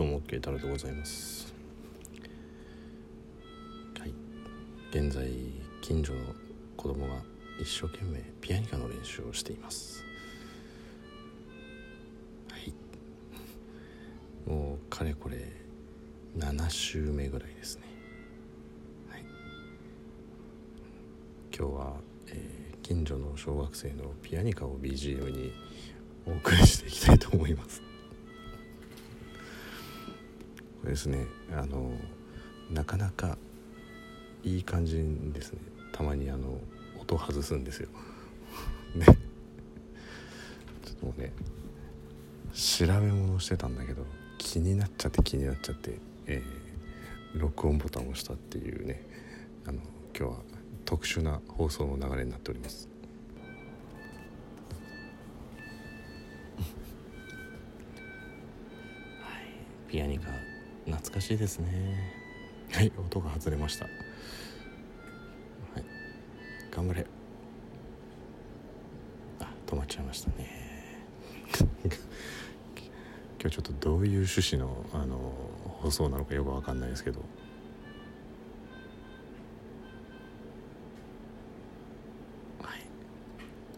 どうも慶太郎でございます。はい、現在近所の子供が一生懸命ピアニカの練習をしています。はい、もうかれこれ7週目ぐらいですね。はい、今日は、近所の小学生のピアニカを BGM にお送りしていきたいと思います。これですね、なかなかいい感じにですね、たまに音を外すんですよね。ちょっともうね、調べ物をしてたんだけど気になっちゃって、録音ボタンを押したっていうね、今日は特殊な放送の流れになっております。はい、ピアニカ懐かしいですね。はい、音が外れました。はい、頑張れ。止まっちゃいましたね。今日ちょっとどういう趣旨の放送なのかよくわかんないですけど、はい、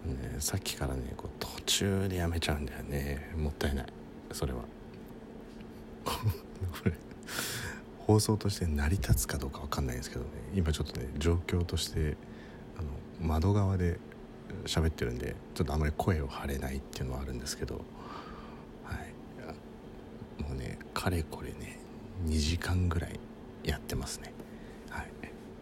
ね、さっきからね途中でやめちゃうんだよね。もったいない、それは。これ放送として成り立つかどうかわかんないですけどね、今ちょっとね状況として窓側で喋ってるんでちょっとあまり声を張れないっていうのはあるんですけど、はい、もうねかれこれね2時間ぐらいやってますね。はい、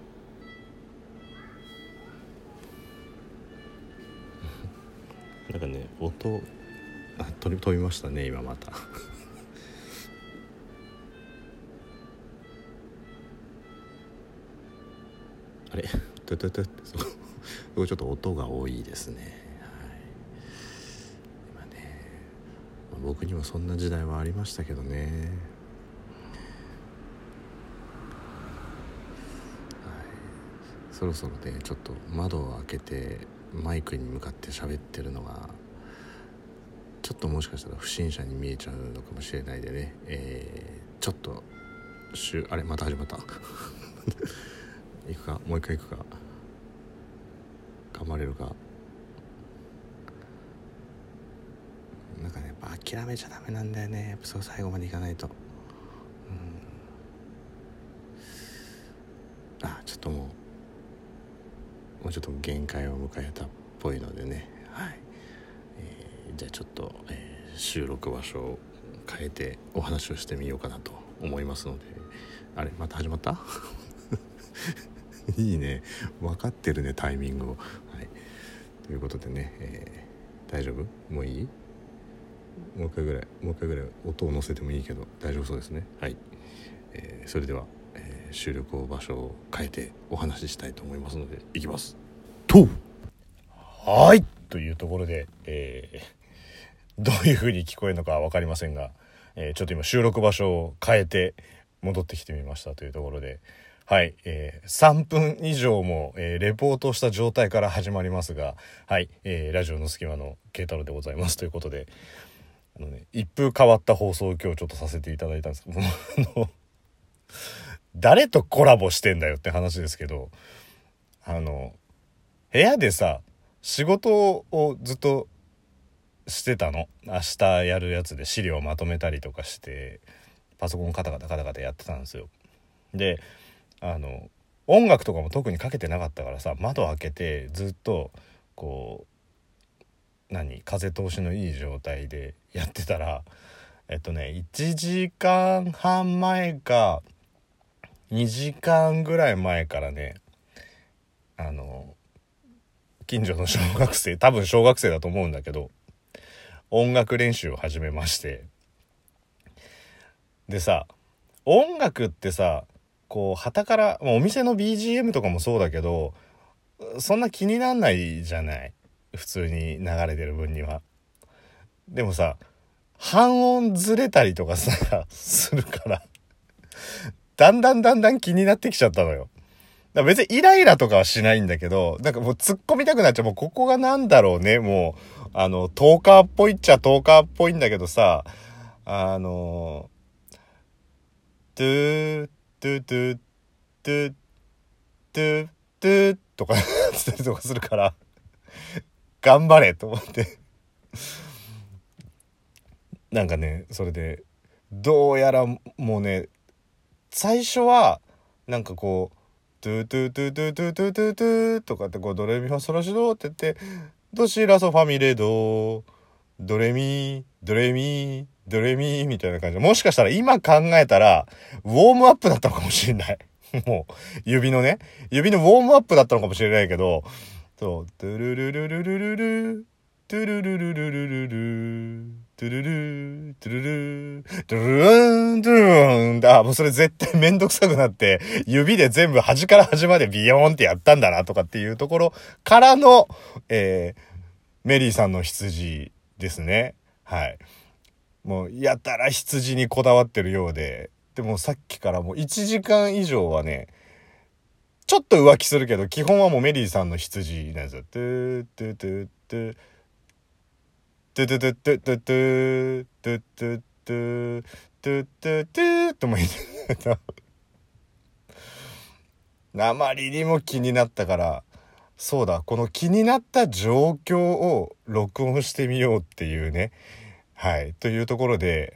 なんかね音飛びましたね今また。あれトゥトゥトゥってそこちょっと音が多いですね。はい、今ね、僕にもそんな時代はありましたけどね。はい、そろそろねちょっと窓を開けてマイクに向かって喋ってるのがちょっともしかしたら不審者に見えちゃうのかもしれないでね、ちょっとあれまた始まった行くか、もう一回行くか、頑張れるか。なんかねやっぱ諦めちゃダメなんだよね。やっぱそう最後までいかないと。ちょっともうちょっと限界を迎えたっぽいのでね。はい、じゃあちょっと、収録場所を変えてお話をしてみようかなと思いますので。あれまた始まったいいね、分かってるねタイミングを。はい、ということでね、大丈夫？もういい？もう一回ぐらい音を乗せてもいいけど大丈夫そうですね。はい、それでは、収録場所を変えてお話ししたいと思いますのでいきますと。はいというところで、どういう風に聞こえるのか分かりませんが、ちょっと今収録場所を変えて戻ってきてみましたというところで、はい、3分以上も、レポートした状態から始まりますが、はい、ラジオの隙間の慶太郎でございますということで、一風変わった放送を今日ちょっとさせていただいたんですけど誰とコラボしてんだよって話ですけど、部屋でさ仕事をずっとしてたの。明日やるやつで資料をまとめたりとかしてパソコンカタカタやってたんですよ。で音楽とかも特にかけてなかったからさ、窓開けてずっとこう風通しのいい状態でやってたら1時間半前か2時間ぐらい前からね近所の小学生、多分小学生だと思うんだけど、音楽練習を始めまして、でさ音楽ってさこう傍からお店の BGM とかもそうだけどそんな気になんないじゃない、普通に流れてる分には。でもさ半音ずれたりとかさするからだんだん気になってきちゃったのよ。だから別にイライラとかはしないんだけど、なんかもう突っ込みたくなっちゃう。もうここがなんだろうね、もうトーカーっぽいっちゃトーカーっぽいんだけどさ、 トゥトゥトゥトゥトゥトゥとかつったりとかするから頑張れと思ってなんかね、それでどうやらもうね、最初はなんかこうトゥトゥトゥトゥトゥトゥトゥトゥとかってこうドレミファソラシドって言ってドシラソファミレドドレミドレミドレミみたいな感じで、もしかしたら今考えたらウォームアップだったのかもしれないもう指のウォームアップだったのかもしれないけど、そうトゥルルルルルルルトゥルルルルルルルトゥルルトゥルルトゥルルントゥルンだ、もうそれ絶対めんどくさくなって指で全部端から端までビヨーンってやったんだなとかっていうところからの、メリーさんの羊ですね。はい。もうやたら羊にこだわってるようで、でもさっきからもう1時間以上はね、ちょっと浮気するけど基本はもうメリーさんの羊なんですよ。トゥトゥトゥトゥトゥトゥトゥトゥトゥトゥトゥトゥトゥトゥトゥトゥトゥとも言ってた。あまりにも気になったから、そうだ、この気になった状況を録音してみようっていうね。はい。というところで、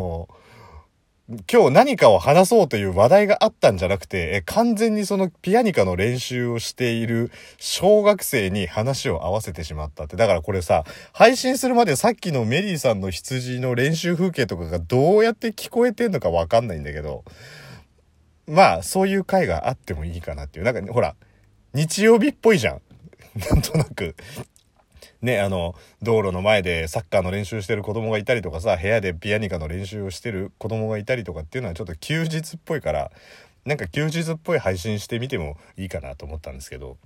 今日何かを話そうという話題があったんじゃなくて、完全にそのピアニカの練習をしている小学生に話を合わせてしまったって。だからこれさ、配信するまでさっきのメリーさんの羊の練習風景とかがどうやって聞こえてんのかわかんないんだけど、まあそういう回があってもいいかなっていう。なんかね、ほら、日曜日っぽいじゃん。なんとなく。ね、道路の前でサッカーの練習してる子供がいたりとかさ、部屋でピアニカの練習をしてる子供がいたりとかっていうのはちょっと休日っぽいから、なんか休日っぽい配信してみてもいいかなと思ったんですけど、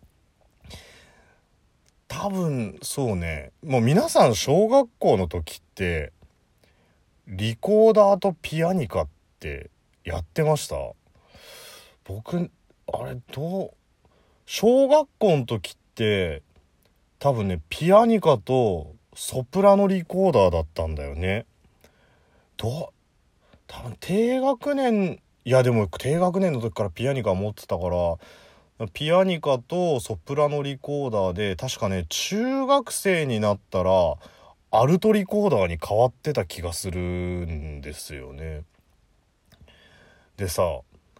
多分そうね、もう皆さん小学校の時ってリコーダーとピアニカってやってました？僕あれ小学校の時って多分ね、ピアニカとソプラノリコーダーだったんだよね。多分低学年、いやでも低学年の時からピアニカ持ってたから、ピアニカとソプラノリコーダーで、確かね、中学生になったらアルトリコーダーに変わってた気がするんですよね。でさ、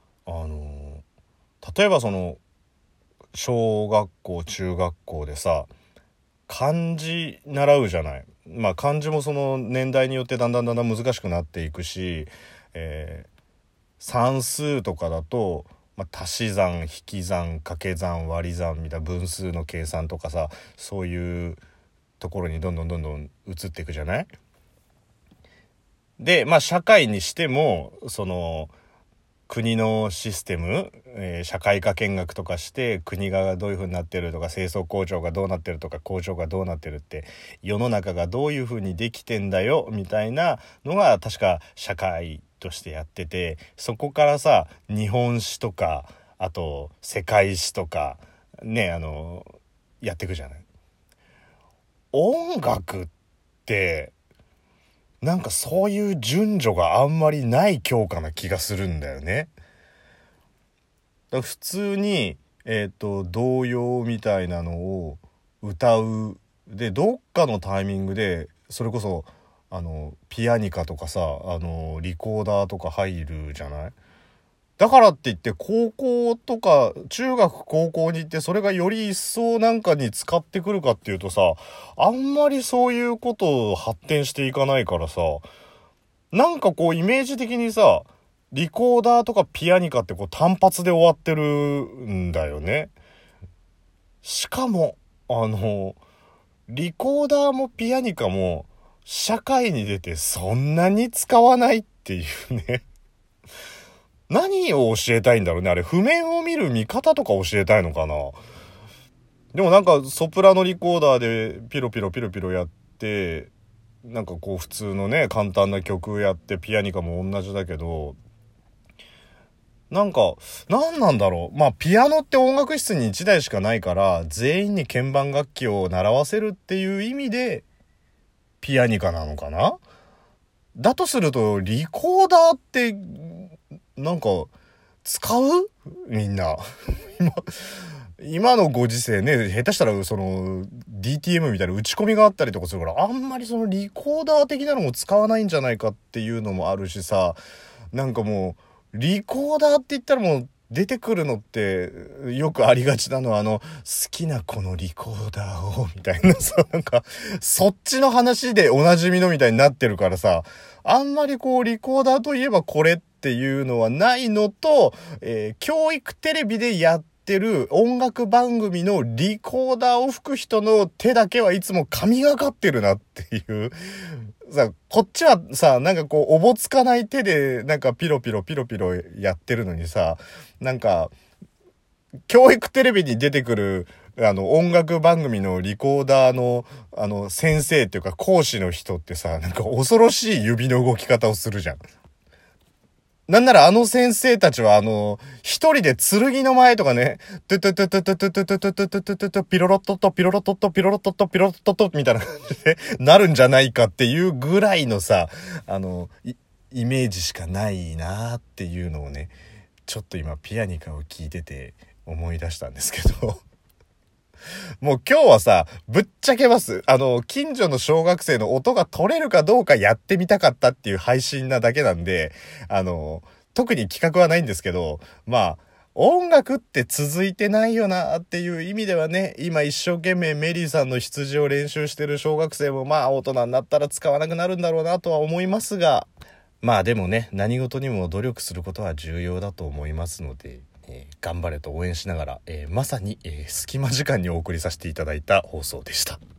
例えばその小学校中学校でさ、漢字習うじゃない。まあ漢字もその年代によってだんだん難しくなっていくし、算数とかだと、足し算引き算掛け算割り算みたいな分数の計算とかさ、そういうところにどんどん移っていくじゃない。で社会にしてもその国のシステム、社会科見学とかして国がどういう風になってるとか、清掃工場がどうなってるとか、工場がどうなってるって、世の中がどういう風にできてんだよみたいなのが確か社会としてやってて、そこからさ、日本史とかあと世界史とかね、やっていくじゃない。音楽ってなんかそういう順序があんまりない教科な気がするんだよね。だから普通に、童謡みたいなのを歌う。で、どっかのタイミングで、それこそ、ピアニカとかさ、リコーダーとか入るじゃない。だからって言って高校とか中学高校に行ってそれがより一層なんかに使ってくるかっていうとさ、あんまりそういうことを発展していかないからさ、なんかこうイメージ的にさ、リコーダーとかピアニカってこう単発で終わってるんだよね。しかもリコーダーもピアニカも社会に出てそんなに使わないっていうね。何を教えたいんだろうね。あれ、譜面を見る見方とか教えたいのかな。でもなんかソプラノリコーダーでピロピロやって、なんかこう普通のね、簡単な曲やって、ピアニカも同じだけど、なんか、何なんだろう。ピアノって音楽室に1台しかないから、全員に鍵盤楽器を習わせるっていう意味で、ピアニカなのかな。だとすると、リコーダーって、 なんか使う？みんな今のご時世ね、下手したらその DTM みたいな打ち込みがあったりとかするから、あんまりそのリコーダー的なのも使わないんじゃないかっていうのもあるしさ、なんかもうリコーダーって言ったらもう出てくるのってよくありがちなのは好きなこのリコーダーをみたいなさ、なんかそっちの話でおなじみのみたいになってるからさ、あんまりこうリコーダーといえばこれっていうのはないのと、教育テレビでやってる音楽番組のリコーダーを吹く人の手だけはいつも神がかってるなっていうさ、こっちはさ、なんかこうおぼつかない手でなんかピロピロやってるのにさ、なんか教育テレビに出てくる音楽番組のリコーダーの先生っていうか講師の人ってさ、なんか恐ろしい指の動き方をするじゃん。なんなら先生たちは一人で剣の前とかね、トゥトゥトゥトゥトゥトゥトゥトゥトゥトゥトゥトゥトゥピロロットトピロロットトピロロットトピロロットトみたいな感じでなるんじゃないかっていうぐらいのさ、イメージしかないなーっていうのをね、ちょっと今ピアニカを聞いてて思い出したんですけどもう今日はさ、ぶっちゃけます。近所の小学生の音が取れるかどうかやってみたかったっていう配信なだけなんで、特に企画はないんですけど、まあ、音楽って続いてないよなっていう意味ではね、今一生懸命メリーさんの羊を練習してる小学生もまあ大人になったら使わなくなるんだろうなとは思いますが、まあでもね、何事にも努力することは重要だと思いますので、頑張れと応援しながら、まさに、隙間時間にお送りさせていただいた放送でした。